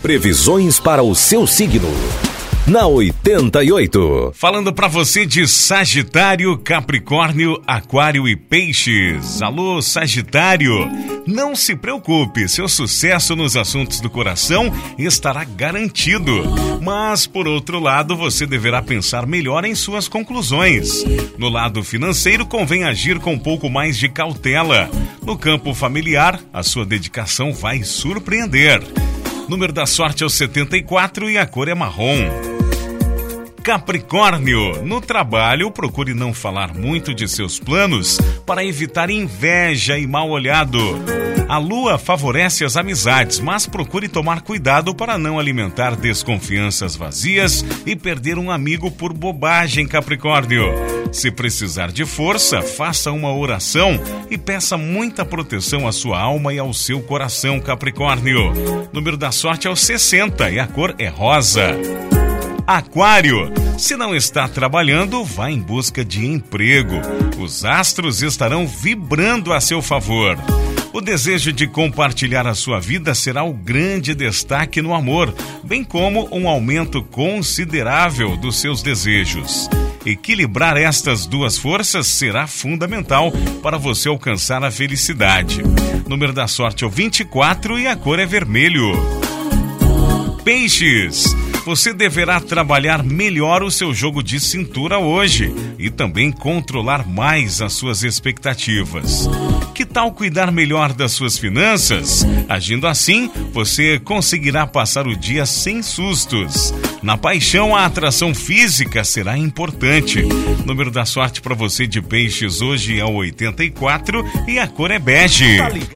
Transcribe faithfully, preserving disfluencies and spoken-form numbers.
Previsões para o seu signo. Na oitenta e oito. Falando para você de Sagitário, Capricórnio, Aquário e Peixes. Alô, Sagitário, não se preocupe, seu sucesso nos assuntos do coração estará garantido. Mas, por outro lado, você deverá pensar melhor em suas conclusões. No lado financeiro, convém agir com um pouco mais de cautela. No campo familiar, a sua dedicação vai surpreender. Número da sorte é o setenta e quatro e a cor é marrom. Capricórnio, no trabalho, procure não falar muito de seus planos para evitar inveja e mal olhado. A lua favorece as amizades, mas procure tomar cuidado para não alimentar desconfianças vazias e perder um amigo por bobagem, Capricórnio. Se precisar de força, faça uma oração e peça muita proteção à sua alma e ao seu coração, Capricórnio. Número da sorte é o sessenta e a cor é rosa. Aquário, se não está trabalhando, vá em busca de emprego. Os astros estarão vibrando a seu favor. O desejo de compartilhar a sua vida será o grande destaque no amor, bem como um aumento considerável dos seus desejos. Equilibrar estas duas forças será fundamental para você alcançar a felicidade. Número da sorte é o vinte e quatro e a cor é vermelho. Peixes, você deverá trabalhar melhor o seu jogo de cintura hoje e também controlar mais as suas expectativas. Que tal cuidar melhor das suas finanças? Agindo assim, você conseguirá passar o dia sem sustos. Na paixão, a atração física será importante. Número da sorte para você de Peixes hoje é o oitenta e quatro e a cor é bege.